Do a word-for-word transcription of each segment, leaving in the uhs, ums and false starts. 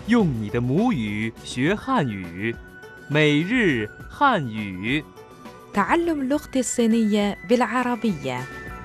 用你的母语学汉语，每日汉语。 تعلم اللغة الصينية بالعربية.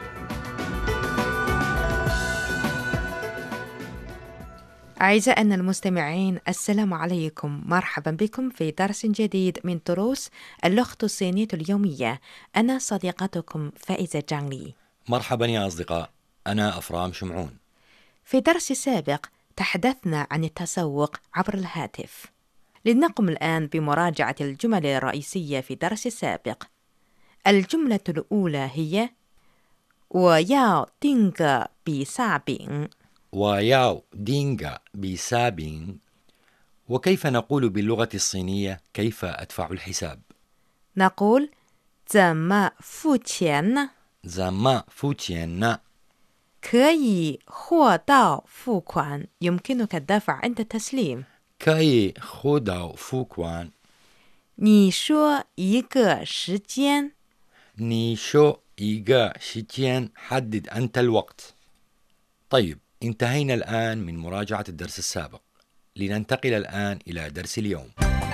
أعزائنا المستمعين، السلام عليكم، مرحبا بكم في درس جديد من دروس اللغة الصينية اليومية. أنا صديقتكم فائزة جانغلي. مرحبا يا أصدقاء، أنا أفرام شمعون. في درس سابق تحدثنا عن التسوق عبر الهاتف. لنقم الآن بمراجعة الجمل الرئيسية في درس السابق. الجملة الأولى هي 我要订个比萨饼 وياو دينغا بيسابين. وكيف نقول باللغة الصينية كيف أدفع الحساب؟ نقول 怎么付钱呢 زما فوتينا. 可以货到付款 يمكنك الدفع عند التسليم. كاي خوداو فوكوان. 你说一个时间 نيشو إيغا شيتين، حدد أنت الوقت. طيب، انتهينا الآن من مراجعة الدرس السابق. لننتقل الآن إلى درس اليوم.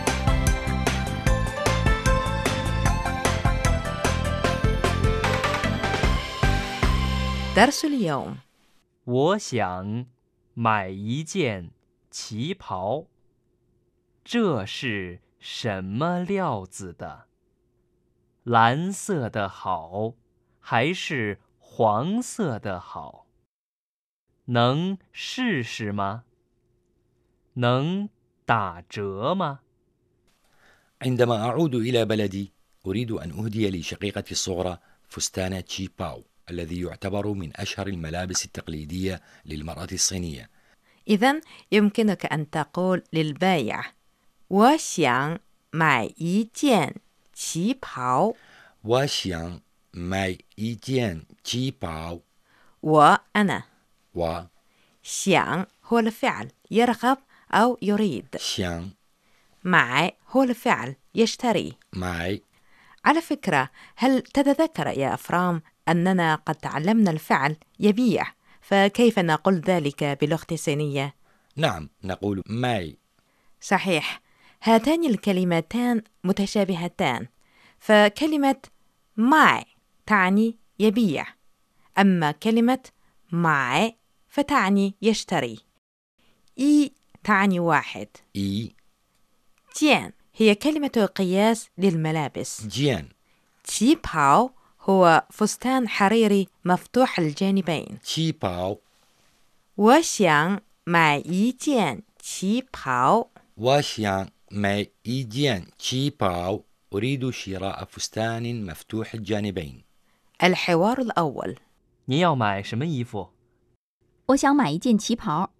درس اليوم. 我想买一件旗袍，这是什么料子的？蓝色的好，还是黄色的好？能试试吗？能打折吗？ عندما أعود إلى بلدي أريد أن أهدي لشقيقتي الصغرى فستان تشي باو، الذي يعتبر من أشهر الملابس التقليدية للمرأة الصينية. إذن يمكنك أن تقول للبائع 我想买一件旗袍我想买一件旗袍。 وأنا و 想 هو الفعل يرغب أو يريد. 想买 هو الفعل يشتري. 买 على فكرة، هل تتذكر يا أفرام أننا قد تعلمنا الفعل يبيع؟ فكيف نقول ذلك باللغة الصينية؟ نعم، نقول ماي. صحيح، هاتان الكلمتان متشابهتان. فكلمة ماي تعني يبيع، أما كلمة ماي فتعني يشتري. إي تعني واحد. إي جيان هي كلمة قياس للملابس. جيان. تشي باو هو فستان حريري مفتوح الجانبين. تشي باو. 我想买一件旗袍我想买一件旗袍. أريد شراء فستان مفتوح الجانبين. الحوار الأول. 您要买什么衣服？ 我想买一件旗袍。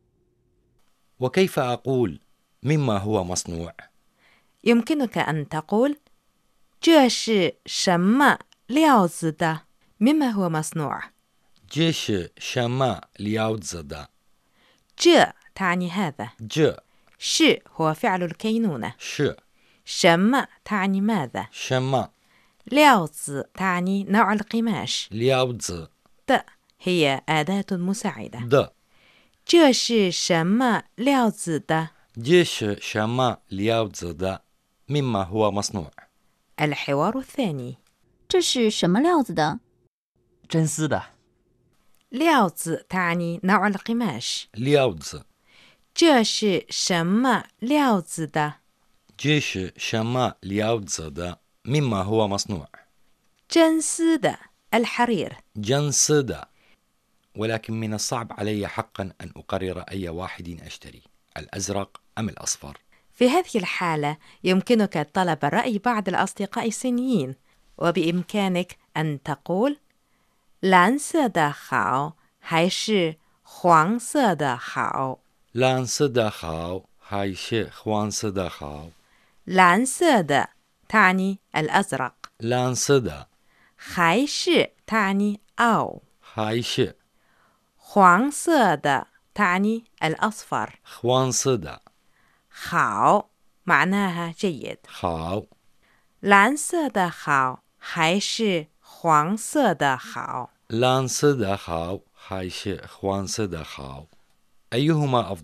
وكيف أقول مما هو مصنوع؟ يمكنك أن تقول 这是什么料子的 مما هو مصنوع. 这是什么料子的？ 这 تعني هذا. 这 ش هو فعل الكينونة. 是 شم تعني ماذا. 什么料子 تعني نوع القماش. 料子 ت هي أداة مساعدة. 的？ 这是什么料子的这是什么料子的？ مما هو مصنوع. الحوار الثاني. 这是什么料子的？ 真丝的。 料子 تعني نوع القماش. 料子这是什么料子的这是什么料子的？ مما هو مصنوع. 真丝的 الحرير. جنس ده. ولكن من الصعب علي حقا أن أقرر أي واحد أشتري، الأزرق أم الأصفر. في هذه الحالة يمكنك طلب رأي بعض الأصدقاء الصينيين، وبإمكانك أن تقول 蓝色的好还是黄色的好？ 蓝色的好还是黄色的好？ 蓝色的 تعني الأزرق. 蓝色的还是 تعني أو. 还是黄色的 تعني الأصفر. 黄色的好 معناها جيد. 好。 蓝色的好还是黄色的好？ 蓝色的好还是黄色的好？ أيهما أفضل؟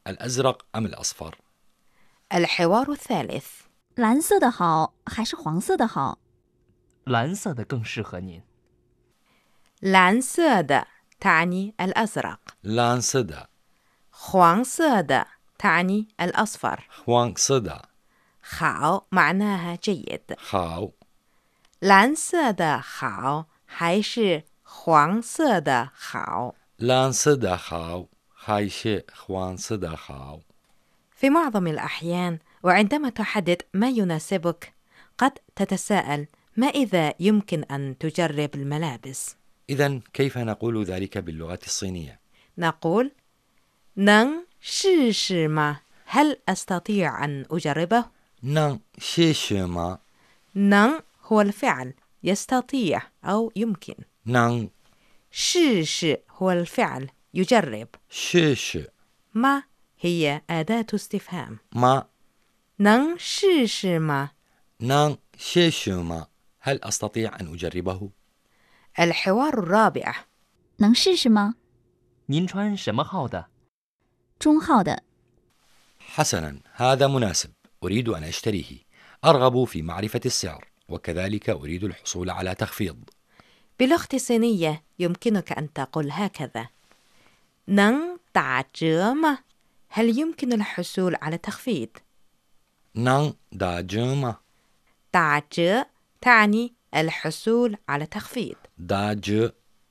الأزرق أم الأصفر؟ الحوار الثالث. 蓝色的好还是黄色的好？ 蓝色的更适合您。 蓝色的 تعني الأزرق. لانسدا. 黄色的 تعني الأصفر. خوانسدا. خاو معناها جيد. خاو. 蓝色的好还是黄色的好？ لانسدا خاو. خايشي خوانسدا خاو. في معظم الأحيان وعندما تحدد ما يناسبك قد تتساءل ما إذا يمكن أن تجرب الملابس؟ إذن كيف نقول ذلك باللغة الصينية؟ نقول 能试试吗 هل أستطيع أن أجربه؟ نان شيشما. 能 هو الفعل يستطيع أو يمكن. نان 试试 هو الفعل يجرب. شيش. ما هي أداة استفهام. ما. 能试试吗 نان شيشما. هل أستطيع أن أجربه؟ الحوار الرابع. 能试试吗？ 您穿什么号的？ 中号的。 حسنا، هذا مناسب. أريد أن أشتريه. أرغب في معرفة السعر، وكذلك أريد الحصول على تخفيض. باللغة الصينية يمكنك أن تقول هكذا: 能打折吗 هل يمكن الحصول على تخفيض؟ نان دا جما. 打折 تعني الحصول على تخفيض. دا ج.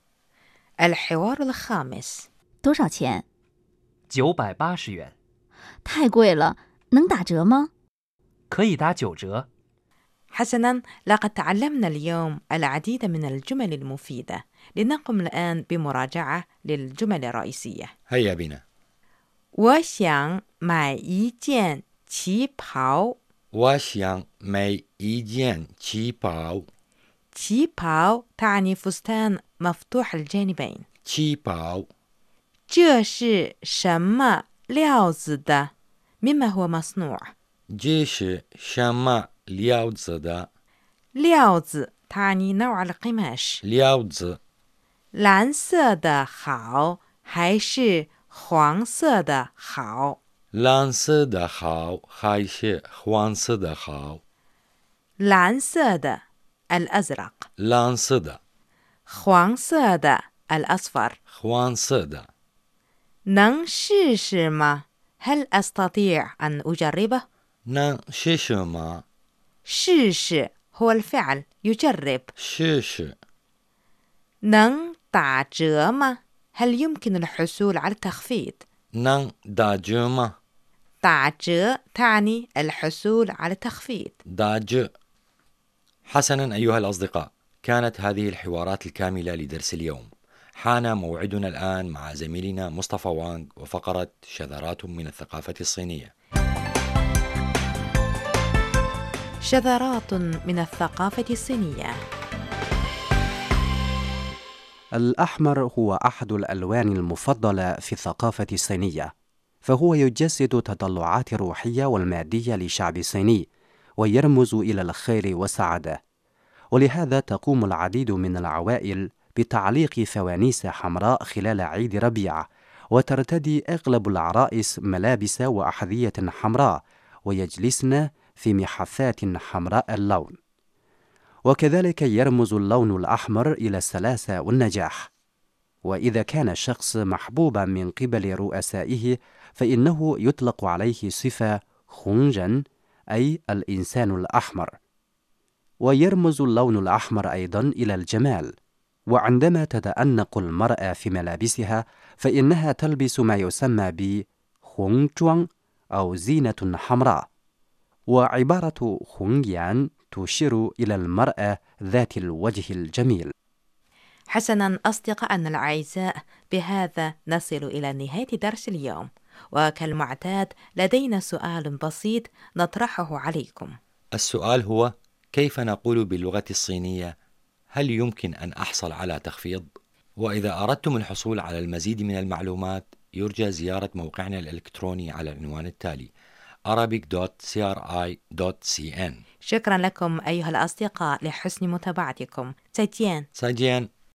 الحوار الخامس. 多少钱？ 九百八十元， 太贵了，能打折吗？ 可以打九折。 حسناً، لقد تعلمنا اليوم العديد من الجمل المفيدة. لنقم الآن بمراجعة للجمل الرئيسية. هيا بنا. 我想买一件旗袍。 我想买一件旗袍。 旗袍 تعني فستان مفتوح الجانبين. 旗袍。 这是什么料子的 مما هو مصنوع؟ 这是什么料子的？ 料子 تعني نوع القماش. 料子。 蓝色的好还是黄色的好？ 蓝色的好还是黄色的好？ 蓝色的 الأزرق. 蓝色的。 黄色的 الأصفر. 黄色的。 能试试吗 هل أستطيع أن أجربه؟ 能试试吗？ 试试 هو الفعل يجرب. 试试。 能打折吗 هل يمكن الحصول على التخفيض؟ 能打折吗？ 打折 تعني الحصول على تخفيض. 打折。حسنا أيها الأصدقاء، كانت هذه الحوارات الكاملة لدرس اليوم. حان موعدنا الآن مع زميلنا مصطفى وانغ وفقرة شذرات من الثقافة الصينية. شذرات من الثقافة الصينية. الأحمر هو أحد الألوان المفضلة في الثقافة الصينية، فهو يجسد تطلعات الروحية والمادية للشعب الصيني، ويرمز إلى الخير والسعادة. ولهذا تقوم العديد من العوائل بتعليق فوانيس حمراء خلال عيد ربيع، وترتدي أغلب العرائس ملابس وأحذية حمراء، ويجلسن في محفات حمراء اللون. وكذلك يرمز اللون الأحمر إلى السلاسة والنجاح. وإذا كان الشخص محبوبا من قبل رؤسائه فإنه يطلق عليه صفة خونجن، أي الإنسان الأحمر. ويرمز اللون الأحمر أيضا إلى الجمال، وعندما تتأنق المرأة في ملابسها فإنها تلبس ما يسمى بخونجوان أو زينة حمراء. وعبارة خونيان تشير إلى المرأة ذات الوجه الجميل. حسناً أصدقائنا الأعزاء، بهذا نصل إلى نهاية درس اليوم، وكالمعتاد لدينا سؤال بسيط نطرحه عليكم. السؤال هو: كيف نقول باللغة الصينية هل يمكن أن أحصل على تخفيض؟ وإذا أردتم الحصول على المزيد من المعلومات يرجى زيارة موقعنا الإلكتروني على العنوان التالي: arabic دوت سي آر آي دوت سي إن. شكرا لكم أيها الأصدقاء لحسن متابعتكم. 再见. 再见.